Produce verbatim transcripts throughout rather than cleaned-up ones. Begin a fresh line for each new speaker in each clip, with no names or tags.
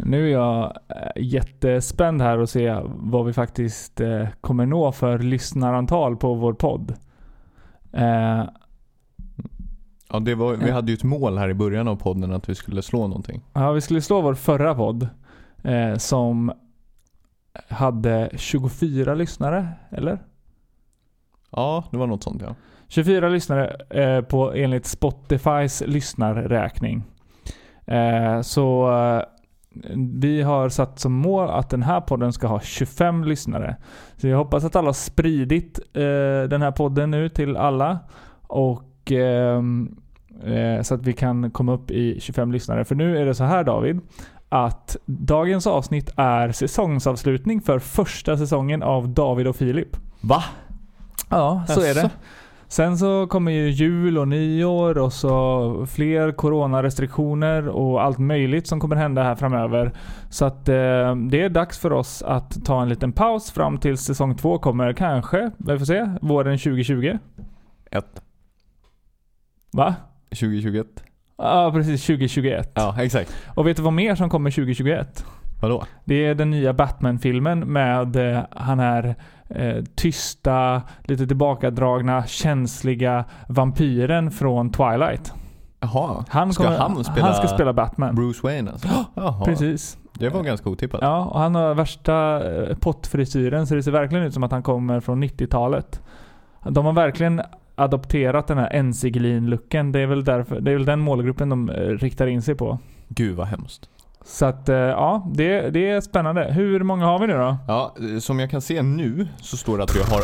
Nu är jag jättespänd här och se vad vi faktiskt kommer nå för lyssnarantal på vår podd. Eh,
ja, det var, vi hade ju ett mål här i början av podden att vi skulle slå någonting.
Ja, vi skulle slå vår förra podd eh, som hade tjugofyra lyssnare, eller?
Ja, det var något sånt, ja.
tjugofyra lyssnare eh, på enligt Spotifys lyssnarräkning. Eh, så eh, vi har satt som mål att den här podden ska ha tjugofem lyssnare. Så jag hoppas att alla har spridit eh, den här podden nu till alla. Och eh, eh, så att vi kan komma upp i tjugofem lyssnare. För nu är det så här, David, att dagens avsnitt är säsongsavslutning för första säsongen av David och Filip.
Va?
Ja, så är det. Sen så kommer ju jul och nyår och så fler coronarestriktioner och allt möjligt som kommer hända här framöver. Så att eh, det är dags för oss att ta en liten paus fram till säsong två kommer kanske, vi får se, våren tjugohundratjugo.
Ett.
Va?
tjugohundratjugoett.
Ja, precis, tjugohundratjugoett.
Ja, exakt.
Och vet du vad mer som kommer tjugohundratjugoett?
Vadå?
Det är den nya Batman-filmen med eh, han är eh, tysta, lite tillbakadragna, känsliga vampyren från Twilight.
Jaha,
han,
ska
kommer,
han, spela
han ska spela Batman.
Bruce Wayne alltså? Jaha.
Precis.
Det var ganska otippat.
Ja, och han har värsta eh, pottfrisyren, så det ser verkligen ut som att han kommer från nittiotalet. De har verkligen adopterat den här N C Glin-looken. Det är väl därför, det är väl den målgruppen de eh, riktar in sig på.
Gud vad hemskt.
Så att ja, det, det är spännande. Hur många har vi nu då?
Ja, som jag kan se nu så står det att vi har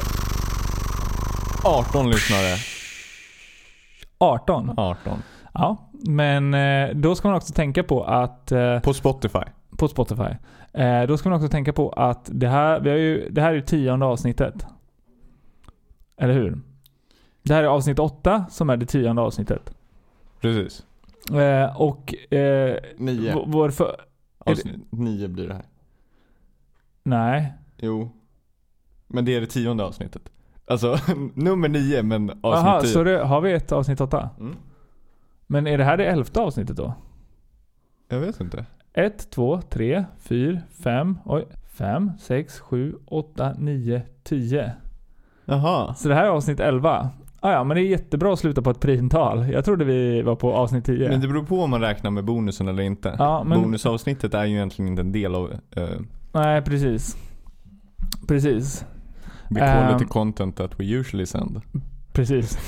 arton lyssnare.
arton?
arton.
Ja, men då ska man också tänka på att...
På Spotify.
På Spotify. Då ska man också tänka på att det här, vi har ju, det här är ju tionde avsnittet. Eller hur? Det här är avsnitt åtta som är det tionde avsnittet.
Precis.
Eh, och eh,
nio.
V- vår för,
Avsnitt nio blir det här.
Nej.
Jo. Men det är det tionde avsnittet. Alltså nummer nio, men avsnitt
Aha,
tio.
så det, har vi ett avsnitt åtta?
Mm.
Men är det här det elfte avsnittet då?
Jag vet inte.
ett, två, tre, fyra, fem, oj, fem, sex, sju, åtta, nio, tio.
Jaha.
Så det här är avsnitt elva. Ah, ja, men det är jättebra att sluta på ett primtal. Jag trodde vi var på avsnitt tio.
Men det beror på om man räknar med bonusen eller inte.
Ja, men...
Bonusavsnittet är ju egentligen inte en del av... Uh...
Nej, precis. Precis.
We call
um...
it the content that we usually send.
Precis.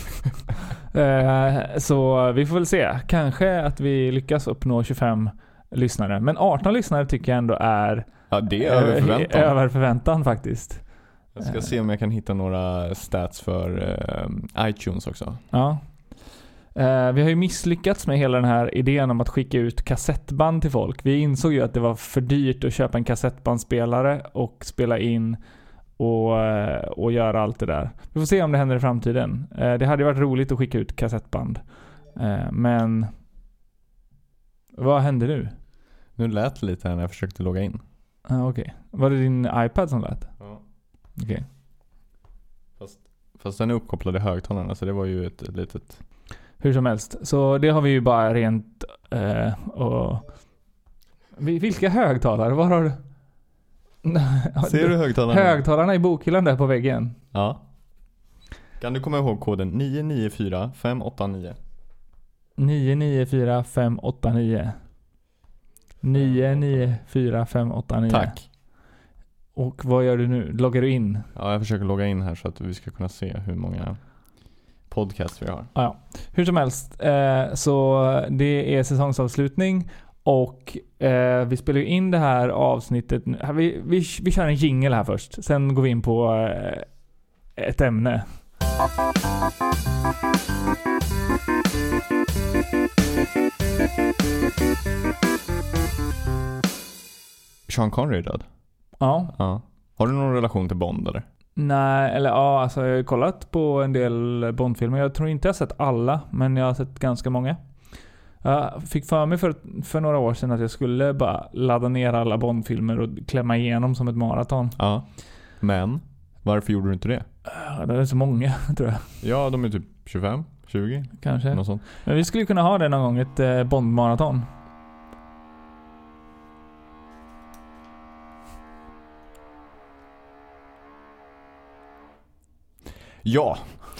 uh, så vi får väl se. Kanske att vi lyckas uppnå tjugofem lyssnare. Men arton lyssnare tycker jag ändå är...
Ja, det är över förväntan.
Över förväntan faktiskt.
Jag ska se om jag kan hitta några stats för uh, iTunes också.
Ja. Uh, vi har ju misslyckats med hela den här idén om att skicka ut kassettband till folk. Vi insåg ju att det var för dyrt att köpa en kassettbandspelare och spela in och, uh, och göra allt det där. Vi får se om det händer i framtiden. Uh, det hade varit roligt att skicka ut kassettband. Uh, men vad hände nu?
Nu lät det lite här när jag försökte logga in.
Uh, Okej. Okay. Var det din iPad som lät?
Ja.
Okej. Okay.
Fast, fast den är uppkopplad i högtalarna, så det var ju ett, ett litet...
Hur som helst. Så det har vi ju bara rent... Uh, och... Vilka högtalare? Var har du?
Ser du högtalarna?
Högtalarna i bokhyllan där på väggen.
Ja. Kan du komma ihåg koden nio nio fyra fem åtta nio?
nio nio fyra fem åtta nio. nio nio fyra fem åtta nio.
Tack.
Och vad gör du nu? Loggar du in?
Ja, jag försöker logga in här så att vi ska kunna se hur många podcasts vi har.
Ja, hur som helst. Eh, så det är säsongsavslutning. Och eh, vi spelar ju in det här avsnittet. Vi, vi, vi kör en jingle här först. Sen går vi in på eh, ett ämne.
Sean Connery är död.
Ja.
Ja. Har du någon relation till Bond eller?
Nej, eller ja, alltså jag har kollat på en del Bond-filmer. Jag tror inte jag har sett alla, men jag har sett ganska många. Jag fick för mig för, för några år sedan att jag skulle bara ladda ner alla Bond-filmer och klämma igenom som ett maraton.
Ja. Men varför gjorde du inte det?
Det är så många, tror jag.
Ja, de är typ tjugofem, tjugo.
Kanske.
Något sånt.
Men vi skulle kunna ha det någon gång, ett Bond-maraton.
Ja.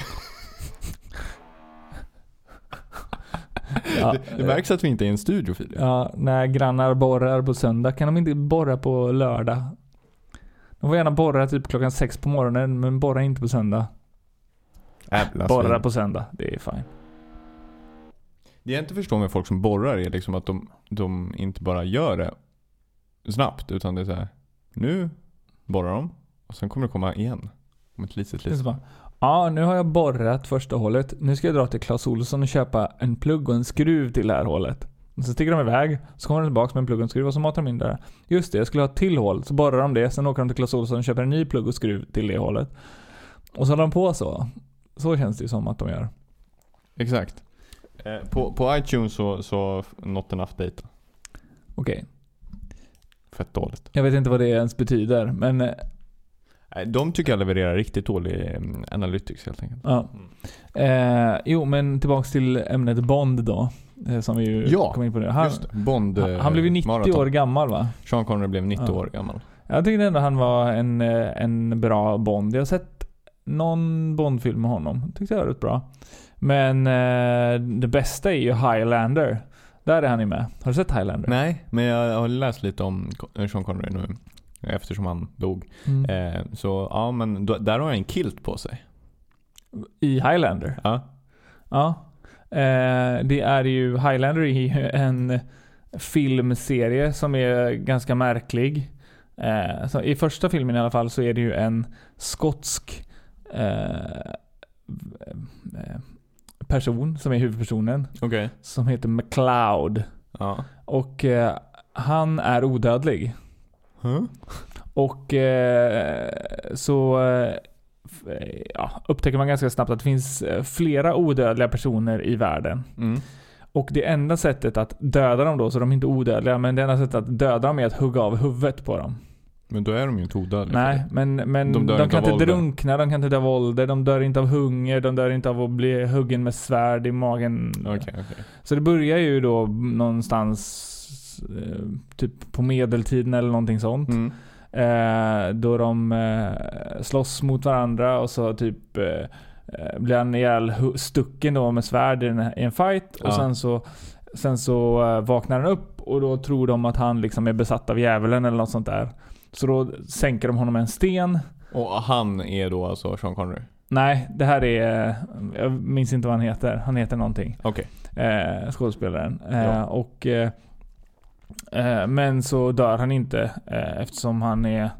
Ja,
det, det märks att vi inte är i en studio, Filip.
Ja, när grannar borrar på söndag kan de inte borra på lördag. De får gärna borra typ klockan sex på morgonen, men borra inte på söndag.
Jävla
Borra
svin.
på söndag, det är fine.
Det jag inte förstår med folk som borrar är liksom att de, de inte bara gör det snabbt, utan det är så här: nu borrar de och sen kommer det komma igen om ett litet
Det är
litet.
så bara, ja, nu har jag borrat första hålet. Nu ska jag dra till Clas Ohlson och köpa en plugg och en skruv till det här hålet. Och så sticker de iväg, så kommer de tillbaka med en plugg och en skruv och så matar de in där. Just det, jag skulle ha ett till hål. Så borrar de det, sen åker de till Clas Ohlson och köper en ny plugg och skruv till det hålet. Och så håller de på så. Så känns det ju som att de gör.
Exakt. Eh, på, på iTunes så, så not enough data.
Okej. Okay.
Fett dåligt.
Jag vet inte vad det ens betyder, men...
De tycker jag levererar riktigt dålig um, analytics helt enkelt.
Ja. Mm. Eh, jo, men tillbaks till ämnet Bond då. Eh, som vi ju
ja,
kom in på nu. Han,
just Bond,
han, han blev ju nittio
marathon.
år gammal, va?
Sean Connery blev nittio
ja.
år gammal.
Jag tyckte ändå han var en, en bra Bond. Jag har sett någon Bond-film med honom. Tyckte jag var rätt bra. Men eh, det bästa är ju Highlander. Där är han ju med. Har du sett Highlander?
Nej, men jag har läst lite om Sean Connery nu eftersom han dog. Mm. Eh, så ja, men då, där har han en kilt på sig.
I Highlander?
Ja.
Ja. Eh, det är ju Highlander är ju en filmserie som är ganska märklig. Eh, så i första filmen i alla fall så är det ju en skotsk eh, person som är huvudpersonen.
Okay.
Som heter MacLeod.
Ja.
Och eh, han är odödlig.
Huh?
Och eh, så eh, ja, upptäcker man ganska snabbt att det finns flera odödliga personer i världen.
Mm.
Och det enda sättet att döda dem då, så de är inte odödliga, men det enda sättet att döda dem är att hugga av huvudet på dem.
Men då är de ju inte odödliga.
Nej, men, men
de,
de
inte
kan inte drunkna, de kan inte dö av ålder, de dör inte av hunger, de dör inte av att bli huggen med svärd i magen.
Okay, okay.
Så det börjar ju då någonstans eh, typ på medeltiden eller någonting sånt. Mm. Eh, då de eh, slåss mot varandra och så typ eh, blir han ihjäl stucken då med svärd i en, i en fight. Ja. Och sen så, sen så eh, vaknar han upp och då tror de att han liksom är besatt av djävulen eller något sånt där. Så då sänker de honom med en sten.
Och han är då alltså Sean Connery?
Nej, det här är... Jag minns inte vad han heter. Han heter någonting.
Okej.
Okay. Eh, skådespelaren. Eh,
ja.
Och... Eh, eh, men så dör han inte eh, eftersom han är,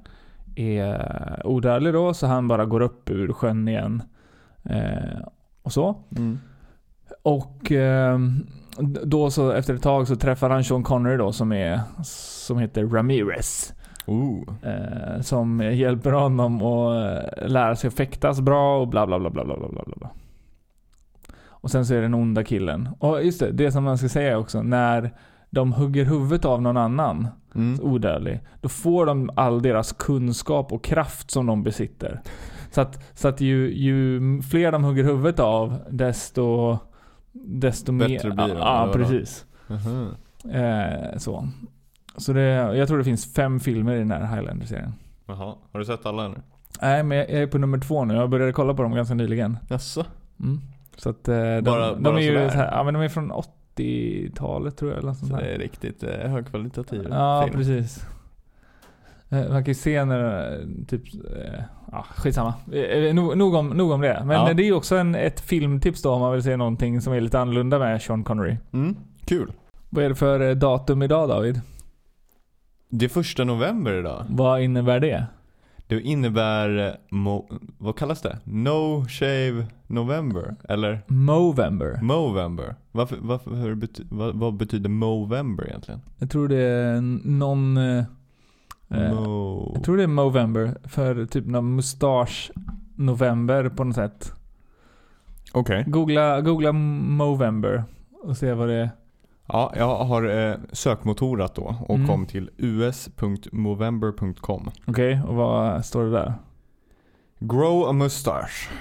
är odödlig då. Så han bara går upp ur sjön igen. Eh, och så. Mm. Och... Eh, då så efter ett tag så träffar han Sean Connery då som är... Som heter Ramirez.
Ooh.
Eh, som hjälper honom att lära sig att fäktas bra och bla bla bla bla bla bla bla. Och sen så är det den onda killen. Och just det, det som man ska säga också, när de hugger huvudet av någon annan mm. odödlig, då får de all deras kunskap och kraft som de besitter. Så att, så att ju, ju fler de hugger huvudet av, desto desto
bättre
mer
blir det.
Ja, ja precis.
Uh-huh.
Eh, så. Så det, jag tror det finns fem filmer i den här Highlander-serien.
Jaha, har du sett alla nu?
Nej, men jag är på nummer två nu. Jag började kolla på dem ganska nyligen.
Jaså?
Mm. Så att eh, de,
bara,
de
bara
är ju
sådär.
så här, ja men de är från åttiotalet tror jag eller sånt
så
där.
det är riktigt eh, högkvalitativ
Ja,
film.
Precis. Eh, man kan ju se när typ eh, ja, skitsamma. Eh, nog, nog, om, nog om det. Men
ja.
det är ju också en, ett filmtips då om man vill se någonting som är lite annorlunda med Sean Connery.
Mm, kul.
Vad är det för datum idag, David?
Det är första november idag.
Vad innebär det?
Det innebär, mo- vad kallas det? No Shave November, eller?
Movember.
Movember. Varför, varför, hur bety- vad, vad betyder Movember egentligen?
Jag tror det är någon... Eh,
Mo-
jag tror det är Movember. För typ någon mustasch november på något sätt.
Okej. Okay.
Googla, googla Movember och se vad det är.
Ja, jag har eh, sökmotorat då och
mm.
kom till u s punkt movember punkt com.
Okej, okay, och vad står det där?
Grow a mustache.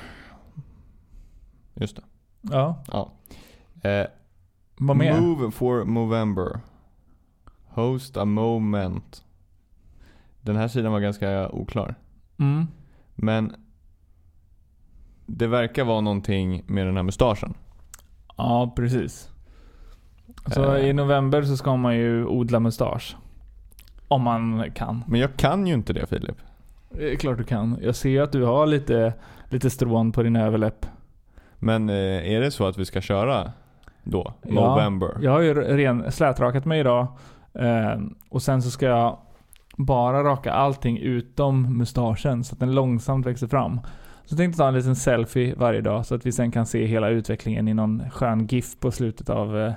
Just det.
Ja.
Ja. Eh,
vad mer?
Move for Movember. Host a moment. Den här sidan var ganska oklar.
Mm.
Men det verkar vara någonting med den här mustaschen.
Ja, precis. Så
Eh.
i november så ska man ju odla mustasch. Om man kan.
Men jag kan ju inte det, Filip.
Det är klart du kan. Jag ser att du har lite, lite strån på din överläpp.
Men eh, är det så att vi ska köra då?
Ja,
November?
Jag har ju ren, slätrakat mig idag. Eh, och sen så ska jag bara raka allting utom mustaschen så att den långsamt växer fram. Så jag tänkte ta en liten selfie varje dag så att vi sen kan se hela utvecklingen i någon skön gif på slutet av eh,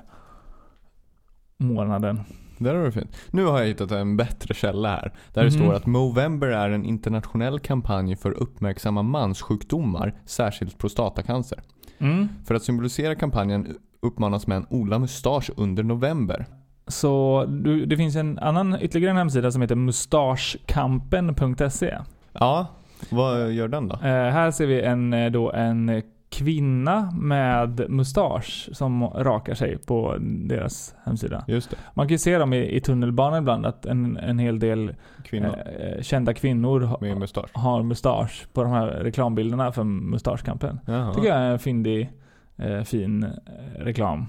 månaden.
Där är det fint. Nu har jag hittat en bättre källa här. Där det
Mhm.
står att Movember är en internationell kampanj för uppmärksamma manssjukdomar, särskilt prostatacancer.
Mm.
För att symbolisera kampanjen uppmanas män odla mustasch under november.
Så du, det finns en annan ytterligare en hemsida som heter mustaschkampen punkt se.
Ja, vad gör den då?
Eh, här ser vi en, eh, då en kvinna med mustasch som rakar sig på deras hemsida.
Just det.
Man kan ju se dem i, i tunnelbanan ibland att en, en hel del
Kvinna
eh, kända kvinnor ha,
med mustasch.
har mustasch på de här reklambilderna för mustaschkampen.
Jaha.
Tycker jag är en fyndig, eh, fin eh, reklam.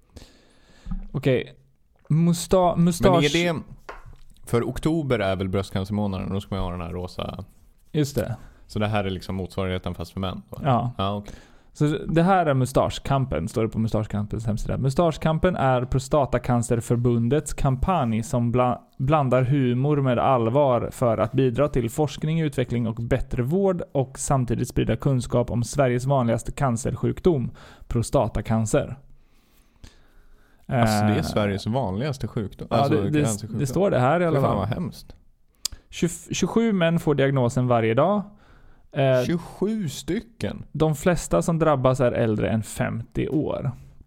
Okej. Musta, mustasch.
Men är det... För oktober är väl bröstcancermånaden och då ska man ha den här rosa...
Just det.
Så det här är liksom motsvarigheten fast för män? Då?
Ja.
Ja, okej.
Så det här är Mustaschkampen, står det på Mustaschkampens hemsida. Mustaschkampen är Prostatacancerförbundets kampanj som bla- blandar humor med allvar för att bidra till forskning, utveckling och bättre vård och samtidigt sprida kunskap om Sveriges vanligaste cancersjukdom, prostatacancer.
Alltså det är
Eh,
Sveriges vanligaste sjukdom.
Ja,
Alltså
det, det,
cancersjukdom.
det står det här i alla
Fy fan
fall.
vad hemskt.
tjugo, tjugosju män får diagnosen varje dag. Eh,
tjugosju stycken?
De flesta som drabbas är äldre än femtio år.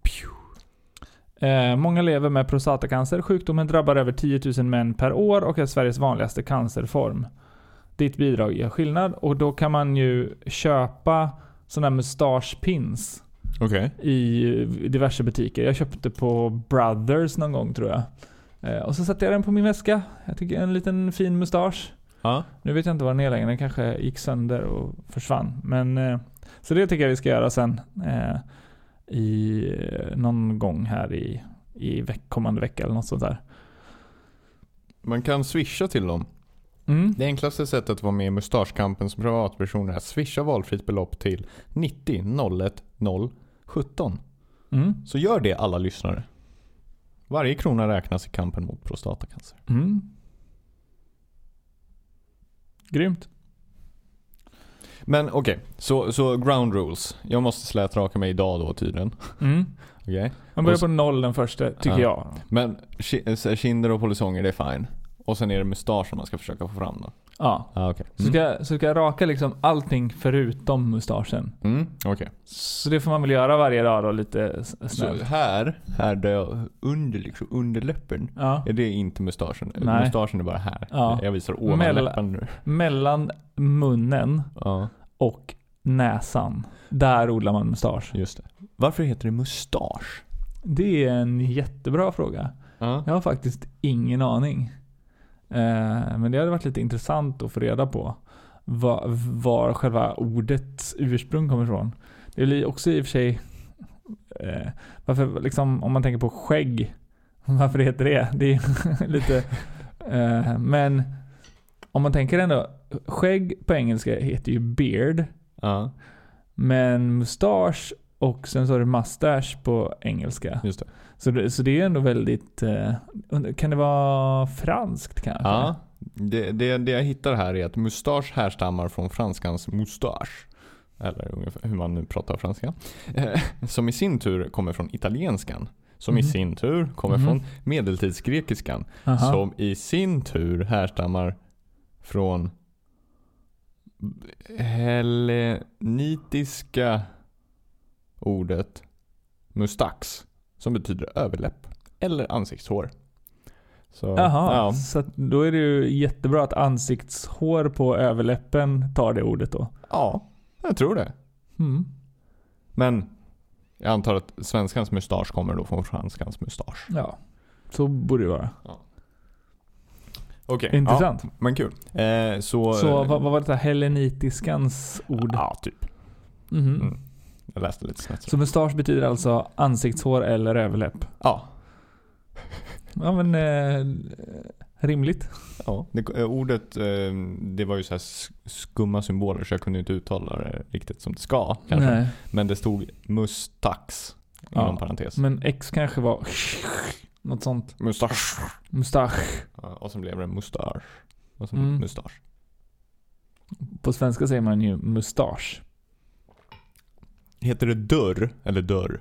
Eh, många lever med prostatacancer. Sjukdomen drabbar över tio tusen män per år och är Sveriges vanligaste cancerform. Ditt bidrag gör skillnad och då kan man ju köpa sådana här mustaschpins
Okej.
i diverse butiker. Jag köpte på Brothers någon gång tror jag. Eh, och så satte jag den på min väska. Jag tycker en liten fin mustasch.
Ja.
Nu vet jag inte vad den är längre. Den kanske gick sönder och försvann. Men, eh, så det tycker jag vi ska göra sen. Eh, i eh, någon gång här i, i veck, kommande vecka eller något sånt där.
Man kan swisha till dem.
Mm.
Det enklaste sättet att vara med i Mustaschkampen som privatperson är att swisha valfritt belopp till nittio noll ett noll sjutton.
Mm.
Så gör det alla lyssnare. Varje krona räknas i kampen mot prostatacancer.
Mm. Grymt.
Men okej, okay. så, så ground rules. Jag måste slätraka mig idag då tydligen.
Mm.
Okay.
Man börjar
Och så-
på noll den första, tycker
Ja.
jag.
Men ki- kinder och polisonger, det är fine. Och sen är det mustaschen man ska försöka få fram då.
Ja.
Ah, okay.
Så ska, jag- så ska jag raka liksom allting förutom mustaschen.
Mm, okej.
Så det får man väl göra varje dag då, lite s-
Så
snällt.
här, här där jag under, liksom, under läppen,
Ja.
är det inte mustaschen.
Nej.
Mustaschen är bara här.
Ja.
Jag visar ovan
Mell-
läppen nu.
Mellan munnen
Ja,
och näsan. Där odlar man mustasch.
just det. Varför heter det mustasch?
Det är en jättebra fråga.
Ja.
Jag har faktiskt ingen aning. Eh, men det hade varit lite intressant att få reda på var, var själva ordets ursprung kommer ifrån. Det blir också i och för sig eh, varför liksom, om man tänker på skägg, varför det heter det? Det är lite eh, men om man tänker ändå, skägg på engelska heter ju beard,
Ja,
men mustasch och sen så har du mustache på engelska.
just det.
Så det, så det är ändå väldigt... Eh, kan det vara franskt kanske?
Ja, det, det, det jag hittar här är att mustasch härstammar från franskans moustache. Eller ungefär hur man nu pratar franska. Eh, som i sin tur kommer från italienskan. Som
Mhm.
i sin tur kommer
Mhm.
från medeltidsgrekiskan.
Aha.
Som i sin tur härstammar från hellenitiska ordet mustax, som betyder överläpp eller ansiktshår. Så,
Jaha,
ja.
så att då är det ju jättebra att ansiktshår på överläppen tar det ordet då.
ja, jag tror det.
Mm.
Men jag antar att svenskans mustasch kommer då från franskans mustasch.
Ja, så borde det vara.
Okej,
Intressant.
Ja, men kul. Eh, så
Så vad, vad var det här hellenitiskans ord?
Ja, typ.
Mhm.
Mm. Jag läste lite snett.
Så mustasch betyder alltså ansiktshår eller överläpp?
Ja.
Ja, men eh, rimligt.
Ja, det, eh, ordet, eh, det var ju så här sk- skumma symboler så jag kunde inte uttala det riktigt som det ska kanske.
Nej.
Men det stod mustax inom
Ja,
parentes.
Men X kanske var något sånt.
Mustasch.
Mustasch.
Ja, och så blev det mustasch. Och så
Mm.
mustasch.
På svenska säger man ju mustasch.
Heter det dörr eller dörr?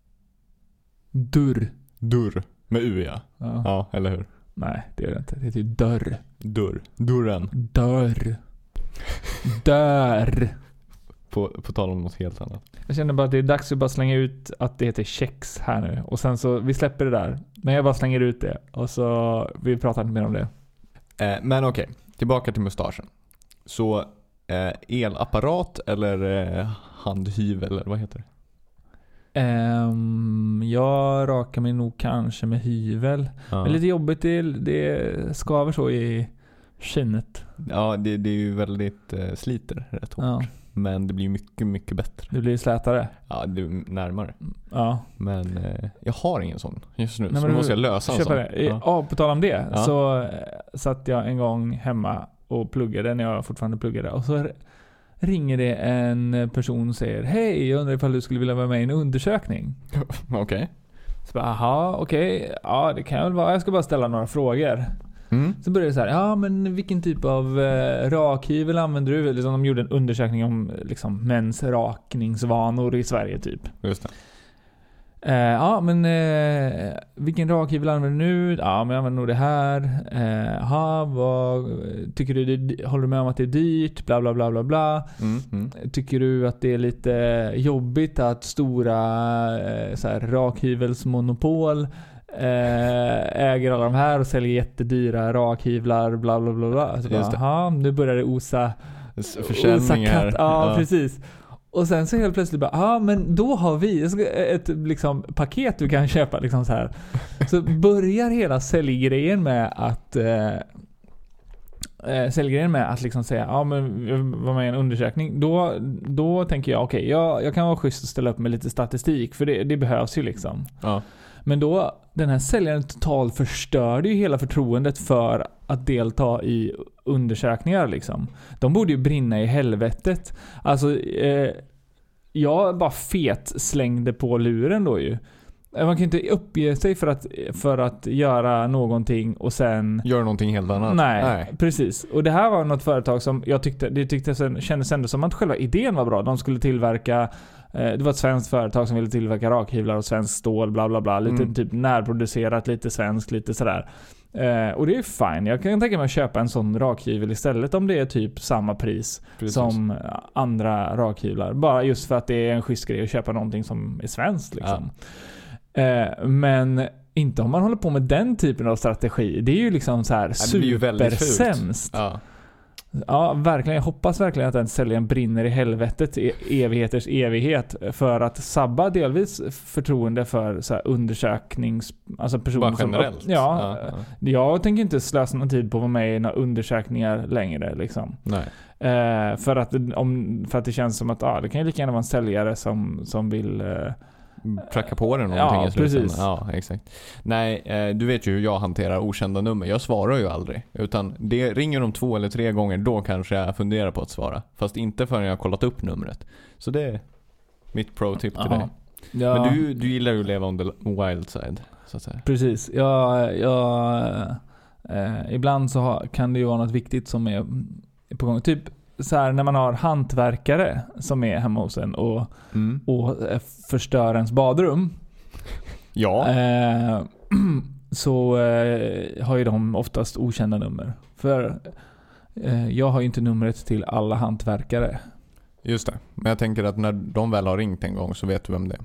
Dörr.
Dörr. Med U ja.
Ja.
Ja, eller hur?
Nej, det är det inte. Det heter ju dörr.
Dörr. Dörren.
Dörr. Dörr.
På, på tal om något helt annat.
Jag känner bara att det är dags att bara slänga ut att det heter kex här nu. Och sen så, vi släpper det där. Men jag bara slänger ut det. Och så, vi pratar inte mer om det.
Eh, men okej, tillbaka till mustaschen. Så eh, elapparat eller eh, handhyvel eller vad heter det?
Um, jag rakar mig nog kanske med hyvel.
Ja,
Men lite jobbigt, det, det skaver så i skinnet.
ja det, det är ju väldigt eh, sliter rätt hårt.
Ja,
Men det blir mycket, mycket bättre.
det blir slätare.
Ja, det är närmare.
Ja.
Men eh, jag har ingen sån just nu.
Nej,
så
men
nu måste jag lösa en
Köpa
sån.
det.
Ja.
Ja, på tal om det.
Ja.
Så eh, satt jag en gång hemma och pluggade när jag fortfarande pluggade. Och så ringer det en person och säger: hej, jag undrar ifall du skulle vilja vara med i en undersökning.
Okej.
Så bara, aha, okej. Ja, det kan jag väl vara. Jag ska bara ställa några frågor.
Mm.
Så började det så här: ja, men vilken typ av eh, rakhyvel använder du? Liksom, de gjorde en undersökning om liksom, mäns rakningsvanor i Sverige typ.
Just det.
Eh, ja, men eh, vilken rakhyvel använder du nu? Ja, men jag använder nog det här. Eh, aha, vad tycker du? Det, håller du med om att det är dyrt? Bla bla bla bla bla.
Mm. Mm.
Tycker du att det är lite jobbigt att stora eh, så här, rakhyvelsmonopol eh, äger alla de här och säljer jättedyra rakhyvlar? Bla bla bla bla. Så bara,
Just det.
aha, nu börjar det osa.
Försäljning här.
Osa ja, ja, precis. Och sen så helt plötsligt bara, ja, men då har vi ett liksom, paket du kan köpa liksom så här. Så börjar hela säljgrejen med att eh, säljgrejen med att liksom säga, ja, men vad med en undersökning, då, då tänker jag, okej, okay, jag, jag kan vara schysst och ställa upp med lite statistik, för det, det behövs ju liksom.
Ja.
Men då, den här säljaren totalt förstörde ju hela förtroendet för att delta i undersökningar liksom. De borde ju brinna i helvetet. Alltså, eh, jag bara fet slängde på luren då ju. Man kan inte uppge sig för att, för att göra någonting och sen...
Gör någonting helt annat.
Nej,
Nej,
precis. Och det här var något företag som jag tyckte, det tyckte sen, kändes ändå som att själva idén var bra. De skulle tillverka, eh, det var ett svenskt företag som ville tillverka rakhyvlar och svensk stål, bla bla bla. Lite
Mm.
typ närproducerat, lite svenskt, lite sådär. Eh, och det är fine. Jag kan tänka mig att köpa en sån rakhyvel istället om det är typ samma pris
precis.
som andra rakhyvlar. Bara just för att det är en schysst grej att köpa någonting som är svenskt liksom. Ja. Eh, men inte om man håller på med den typen av strategi. Det är ju liksom så här supersämst.
Ja.
Ja, verkligen. Jag hoppas verkligen att den säljaren brinner i helvetet i evigheters evighet för att sabba delvis förtroende för så här undersöknings... Alltså personer
Bara generellt.
Som, ja,
ja, ja.
Jag tänker inte slösa någon tid på att vara med i några undersökningar längre liksom.
Nej.
Eh, för, att, om, för att det känns som att ah, det kan ju lika gärna vara en säljare som, som vill... Eh,
Pracka på det någonting
ja,
i slutändan.
precis.
Ja, exakt. Nej, eh, du vet ju hur jag hanterar okända nummer. Jag svarar ju aldrig. Utan det ringer de två eller tre gånger, då kanske jag funderar på att svara. Fast inte förrän jag har kollat upp numret. Så det är mitt pro-tip till
Aha.
dig.
ja,
Men du, du gillar ju att leva on the wild side, så att säga.
Precis. Jag, jag, eh, ibland så har, kan det ju vara något viktigt som är på gång. Typ så här när man har hantverkare som är hemma hos en och,
Mm.
och eh, förstör ens badrum.
Ja.
Eh, så eh, har ju de oftast okända nummer. För eh, jag har ju inte numret till alla hantverkare.
Just det. Men jag tänker att när de väl har ringt en gång så vet du vem det är.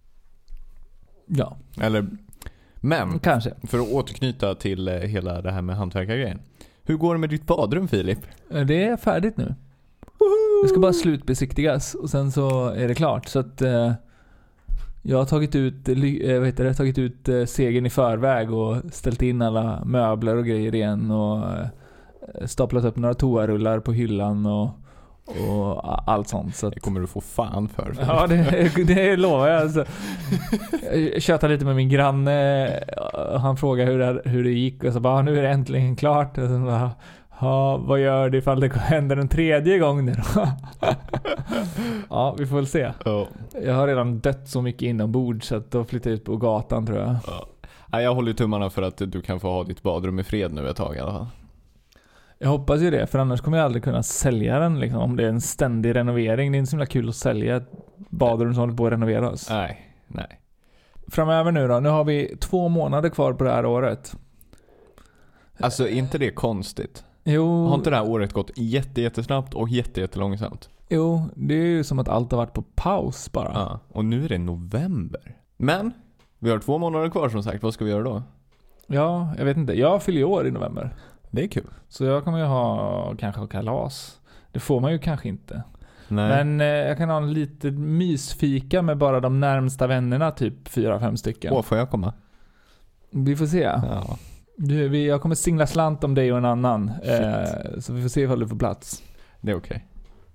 Ja,
Eller, men
kanske.
för att återknyta till eh, hela det här med hantverkargrejen. Hur går det med ditt badrum, Filip?
Eh, Det är färdigt nu. Det ska bara slutbesiktigas och sen så är det klart. Så att eh, jag har tagit ut, eh, vad heter det, tagit ut eh, segern i förväg och ställt in alla möbler och grejer igen och eh, staplat upp några toarullar på hyllan och, och allt sånt. Så att,
det kommer du få fan för. för
ja, det, det lovar jag. Alltså, jag tjötade lite med min granne och han frågade hur det, hur det gick och så bara, nu är det äntligen klart. Och så bara, ja, vad gör det ifall det händer en tredje gång nu då? Ja, vi får väl se.
Oh.
Jag har redan dött så mycket inombords så att då flyttar jag ut på gatan tror jag.
Ja. Jag håller ju tummarna för att du kan få ha ditt badrum i fred nu ett tag i alla fall.
Jag hoppas ju det, för annars kommer jag aldrig kunna sälja den liksom, om det är en ständig renovering. Det är inte så himla kul att sälja ett badrum som håller på att renoveras.
Nej, nej.
Framöver nu då, nu har vi två månader kvar på det här året.
Alltså, är inte det konstigt?
Jo,
har inte det här året gått jätte, jättesnabbt och jätte, jättelångsamt?
Jo, det är ju som att allt har varit på paus bara.
Ja, och nu är det november. Men, vi har två månader kvar som sagt. Vad ska vi göra då?
Ja, jag vet inte. Jag fyller år i november.
Det är kul.
Så jag kommer ju ha kanske kalas. Det får man ju kanske inte.
Nej.
Men eh, jag kan ha en liten mysfika med bara de närmsta vännerna, typ fyra, fem stycken.
Åh, får jag komma?
Vi får se.
Ja.
Du, vi, jag kommer singla slant om dig och en annan. Eh, så vi får se ifall du får plats.
Det är okej. Okay.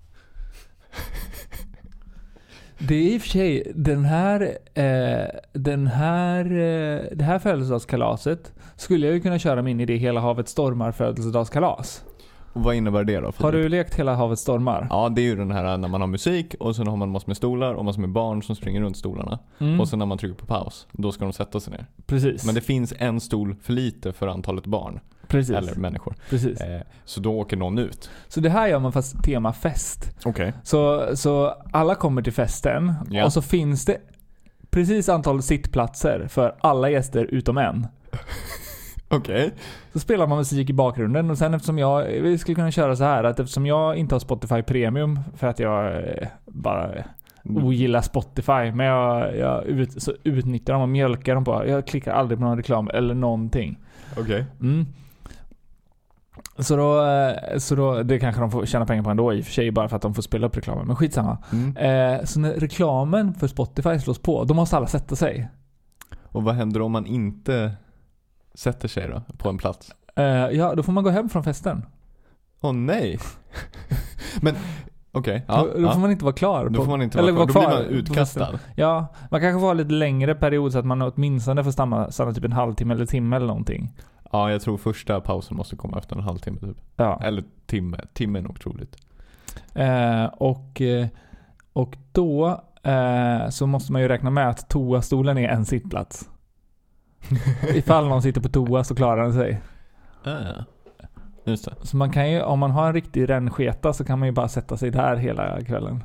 Det är i och för sig den här, eh, den här, eh, det här födelsedagskalaset skulle jag ju kunna köra min i det Hela havet stormar födelsedagskalas.
Och vad innebär det då?
Har du lekt Hela havet stormar?
Ja, det är ju den här när man har musik och sen har man massor med stolar och massor med barn som springer runt stolarna. Mm. Och sen när man trycker på paus, då ska de sätta sig ner.
Precis.
Men det finns en stol för lite för antalet barn.
Precis.
Eller människor.
Precis.
Eh, så då åker någon ut.
Så det här gör man fast tema fest.
Okej. Okay.
Så, så alla kommer till festen
ja.
och så finns det precis antal sittplatser för alla gäster utom en.
Okej. Okay.
Så spelar man musik i bakgrunden och sen eftersom jag, vi skulle kunna köra så här att eftersom jag inte har Spotify Premium för att jag eh, bara ogillar Spotify, men jag, jag ut, så utnyttjar dem och mjölkar dem på. Jag klickar aldrig på någon reklam eller någonting.
Okej. Okay.
Mm. Så då, så då, det kanske de får tjäna pengar på ändå i och för sig, bara för att de får spela upp reklamen. Men skitsamma. Mm. Eh, så när reklamen för Spotify slås på, då måste alla sätta sig.
Och vad händer om man inte sätter sig då på en plats?
Eh, ja, då får man gå hem från festen.
Åh oh, nej. Men okej. Okay, ja,
då, då får man inte vara klar. På,
då får man inte
eller
vara kvar. Då blir man
kvar
utkastad.
Ja, man kanske får ha lite längre period så att man åtminstone får stanna, stanna typ en halvtimme eller timme eller någonting.
Ja, jag tror första pausen måste komma efter en halvtimme typ.
Ja.
Eller timme. Timme är nog troligt.
Eh, och, och då eh, så måste man ju räkna med att toastolen är en sittplats. Ifall någon sitter på toa så klarar den sig.
Ah, just det.
Så man kan ju, om man har en riktig rännsketa så kan man ju bara sätta sig där hela kvällen.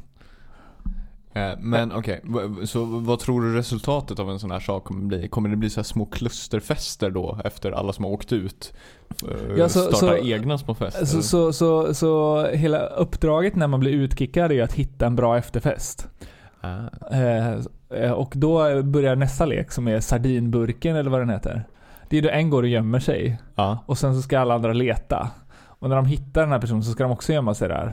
Eh, men okej, okay. Så vad tror du resultatet av en sån här sak kommer bli? Kommer det bli så här små klusterfester då efter alla som har åkt ut? Eh,
ja, så,
startar
så,
egna små fester?
Så, så, så, så hela uppdraget när man blir utkickad är att hitta en bra efterfest. Ah. Eh, och då börjar nästa lek som är sardinburken eller vad den heter. Det är då en går och gömmer sig.
Ah.
Och sen så ska alla andra leta. Och när de hittar den här personen så ska de också gömma sig där.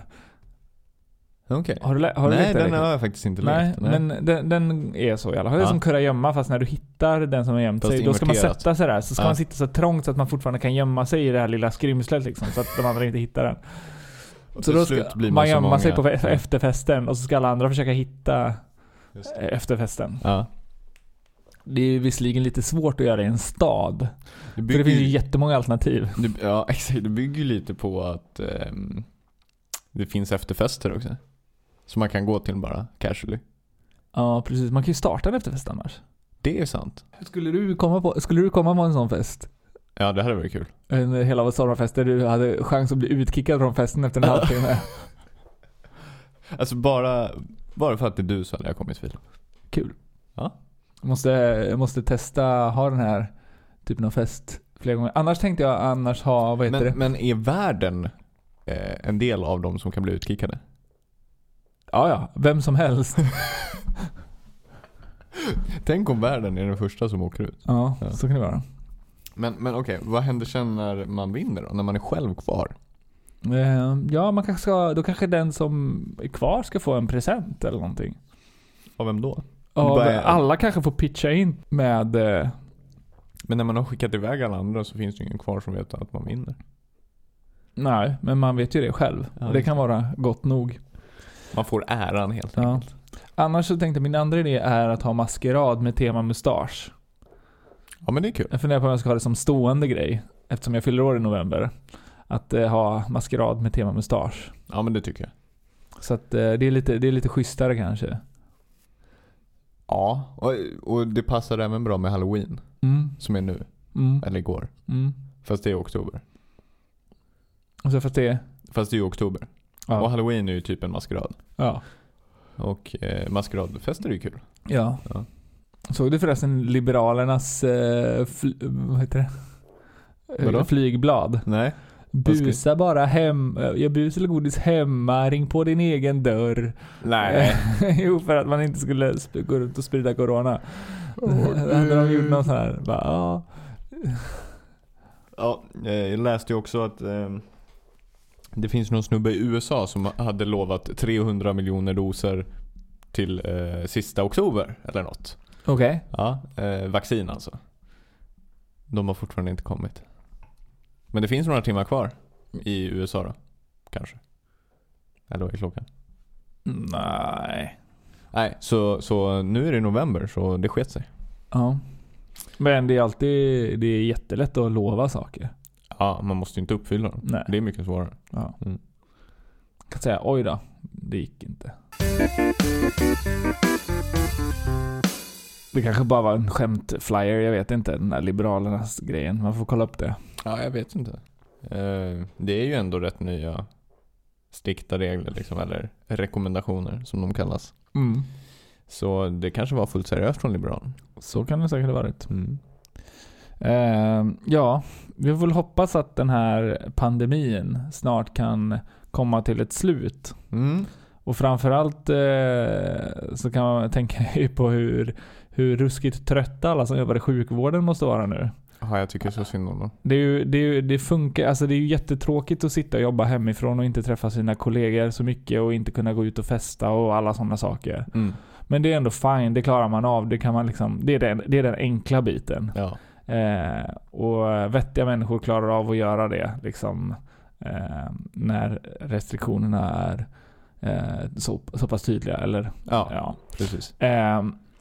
Okay.
Har du, har du
Nej, den har jag faktiskt inte
Nej,
lekt. Nej,
men den, den är så i alla fall. Det är
ja.
som kurragömma, fast när du hittar den som har gömt sig, då ska man sätta sig där. Så ska
ja.
man sitta så trångt så att man fortfarande kan gömma sig i det här lilla skrymslet liksom, så att de andra inte hittar den. Och så då ska man, man gömma många. sig på efterfesten och så ska alla andra försöka hitta efterfesten.
Ja.
Det är visserligen lite svårt att göra i en stad. Det bygger, för det finns ju jättemånga alternativ.
Det, ja, exakt. Det bygger lite på att um, det finns efterfester också. Så man kan gå till bara casually.
Ja, precis. Man kan ju starta en efterfest annars.
Det är sant.
Skulle du komma på, skulle du komma på en sån fest?
Ja, det hade varit kul.
En hela av sommarfest där du hade chans att bli utkickad från festen efter en halvtimme.
Alltså bara, bara för att det är du så hade jag kommit vid.
Kul.
Ja.
Jag måste, jag måste testa ha den här typen av fest flera gånger. Annars tänkte jag annars ha, vad heter
men,
det?
Men är världen eh, en del av dem som kan bli utkickade?
Ja, ja. Vem som helst.
Tänk om världen är den första som åker ut.
Ja, ja. Så kan det vara.
Men, men okej, okay, vad händer sen när man vinner då? När man är själv kvar?
Eh, ja, man kanske ska, då kanske den som är kvar ska få en present eller någonting.
Av vem då?
Av, alla kanske får pitcha in med... Eh,
men när man har skickat iväg alla andra så finns det ingen kvar som vet att man vinner.
Nej, men man vet ju det själv. Ja, och det kan vara gott nog.
Man får äran helt
Ja.
enkelt.
Annars så tänkte min andra idé är att ha maskerad med tema mustasch.
Ja, men det är kul.
Jag funderar på om jag ska ha det som stående grej. Eftersom jag fyller år i november. Att eh, ha maskerad med tema mustasch.
Ja, men det tycker jag.
Så att eh, det, är lite, det är lite schysstare kanske.
Ja, och, och det passar även bra med Halloween.
Mm.
Som är nu.
Mm.
Eller igår.
Mm.
Fast det är oktober.
Och så för att det
Fast det är ju oktober.
ja.
Och Halloween är ju typ en maskerad.
Ja.
Och eh, maskeradfester är ju kul.
Ja.
Ja.
Såg du förresten Liberalernas eh, fl- vad heter det?
Vadå?
Flygblad?
Nej.
Busa bara hem. Jag bus eller godis hemma. Ring på din egen dörr.
Nej.
Jo, för att man inte skulle sp- gå runt och sprida corona.
Oh,
Då hade de gjort någon sån här. Bara, ja.
Ja, eh, jag läste ju också att eh, det finns någon snubbe i U S A som hade lovat trehundra miljoner doser till eh, sista oktober eller något.
Okej. Okay.
Ja, eh, vaccin alltså. De har fortfarande inte kommit. Men det finns några timmar kvar i U S A då, kanske. Eller vad är klockan?
Nej.
Nej, så, så nu är det november, så det sker sig.
Ja. Men det är alltid det är jättelätt att lova saker.
Ja, man måste ju inte uppfylla dem.
Nej.
Det är mycket svårare.
Ja.
Mm.
Jag kan säga, oj då, det gick inte. Det kanske bara var en skämtflyer, jag vet inte, den där Liberalernas grejen. Man får kolla upp det.
Ja, jag vet inte. Eh, det är ju ändå rätt nya strikta regler liksom, eller rekommendationer som de kallas.
Mm.
Så det kanske var fullt seriöst från Liberalerna.
Så kan det säkert ha varit.
Mm.
Eh, ja, vi får väl hoppas att den här pandemin snart kan komma till ett slut.
Mm.
Och framförallt eh, så kan man tänka ju på hur, hur ruskigt trötta alla som jobbar i sjukvården måste vara nu.
Ja, jag tycker så synd om dem.
Det, är ju, det, är ju, det funkar, alltså det är ju jättetråkigt att sitta och jobba hemifrån och inte träffa sina kollegor så mycket och inte kunna gå ut och festa och alla sådana saker.
Mm.
Men det är ändå fine, det klarar man av. Det, kan man liksom, det, är, den, det är den enkla biten.
Ja.
Eh, och vettiga människor klarar av att göra det liksom, eh, när restriktionerna är eh, så, så pass tydliga. Eller,
Ja,
ja.
precis.
Eh,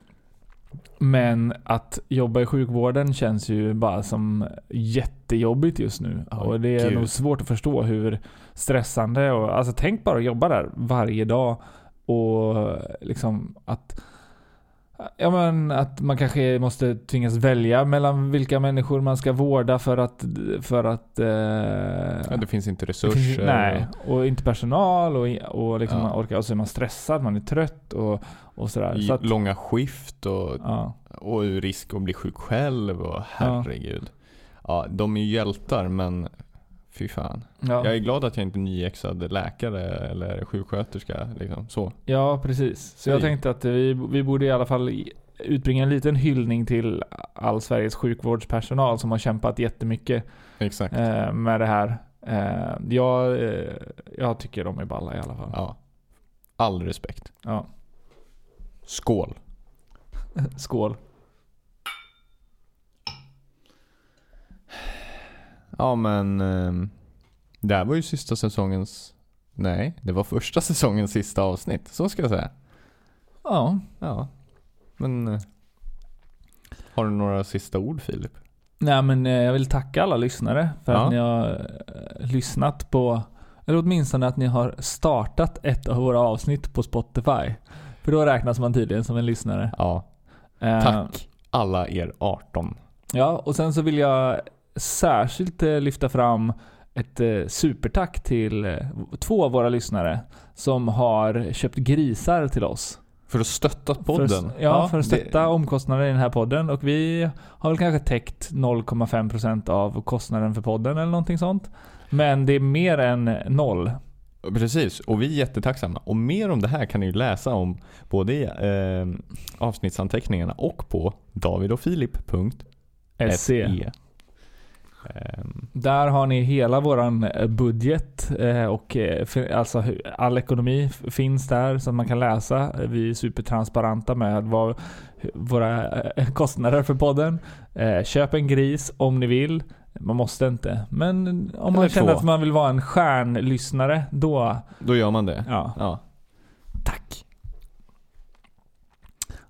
men att jobba i sjukvården känns ju bara som jättejobbigt just nu.
Oh,
och det är
Gud.
nog svårt att förstå hur stressande. Och, alltså tänk bara att jobba där varje dag. Och liksom att ja, men att man kanske måste tvingas välja mellan vilka människor man ska vårda för att för att eh,
Ja, det finns inte
det
resurser.
finns, nej, och inte personal och och liksom
Ja.
man orkar, och så är man stressad, man är trött och och sådär. Så att,
långa skift och,
ja.
och risk att bli sjuk själv och herregud. Ja, ja, de är ju hjältar, men fy fan.
Ja.
Jag är glad att jag inte är nyexad läkare eller sjuksköterska liksom så.
Ja, precis. Så jag
Nej.
tänkte att vi, vi borde i alla fall utbringa en liten hyllning till all Sveriges sjukvårdspersonal som har kämpat jättemycket
Exakt.
eh, med det här. Eh, jag, eh, jag tycker de är balla i alla fall.
Ja. All respekt.
Ja.
Skål.
Skål.
Ja, men eh, det här var ju sista säsongens. Nej, det var första säsongens sista avsnitt. Så ska jag säga.
Ja.
Ja. Men eh, har du några sista ord, Filip?
Nej, men eh, jag vill tacka alla lyssnare för
Ja.
att ni har eh, lyssnat på, eller åtminstone att ni har startat ett av våra avsnitt på Spotify. För då räknas man tydligen som en lyssnare.
Ja.
Eh,
Tack alla er arton.
Ja, och sen så vill jag särskilt eh, lyfta fram ett eh, supertack till eh, två av våra lyssnare som har köpt grisar till oss.
För att stötta podden.
För, ja, ja, för att stötta
det...
omkostnader i den här podden. Och vi har väl kanske täckt noll komma fem procent av kostnaden för podden eller någonting sånt. Men det är mer än noll.
Precis, och vi är jättetacksamma. Och mer om det här kan ni ju läsa om både i eh, avsnittsanteckningarna och på davidofilip punkt se. Um,
Där har ni hela våran budget eh, och eh, alltså all ekonomi finns där så att man kan läsa. Vi är supertransparenta med vad våra eh, kostnader för podden. Eh, köp en gris om ni vill. Man måste inte. Men om man
Eller
känner
två.
att man vill vara en stjärnlyssnare, då
då gör man det.
ja.
Ja.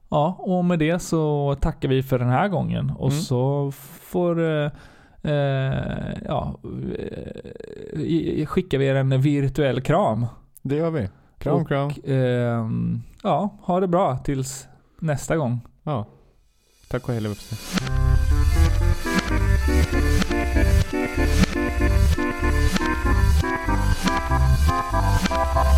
Ja, och med det så tackar vi för den här gången. Och
Mm.
så får eh, eh, ja, eh, skickar vi er en virtuell kram.
Det gör vi. Kram,
och,
kram.
Eh, ja, ha det bra tills nästa gång.
Ja. Tack och hej.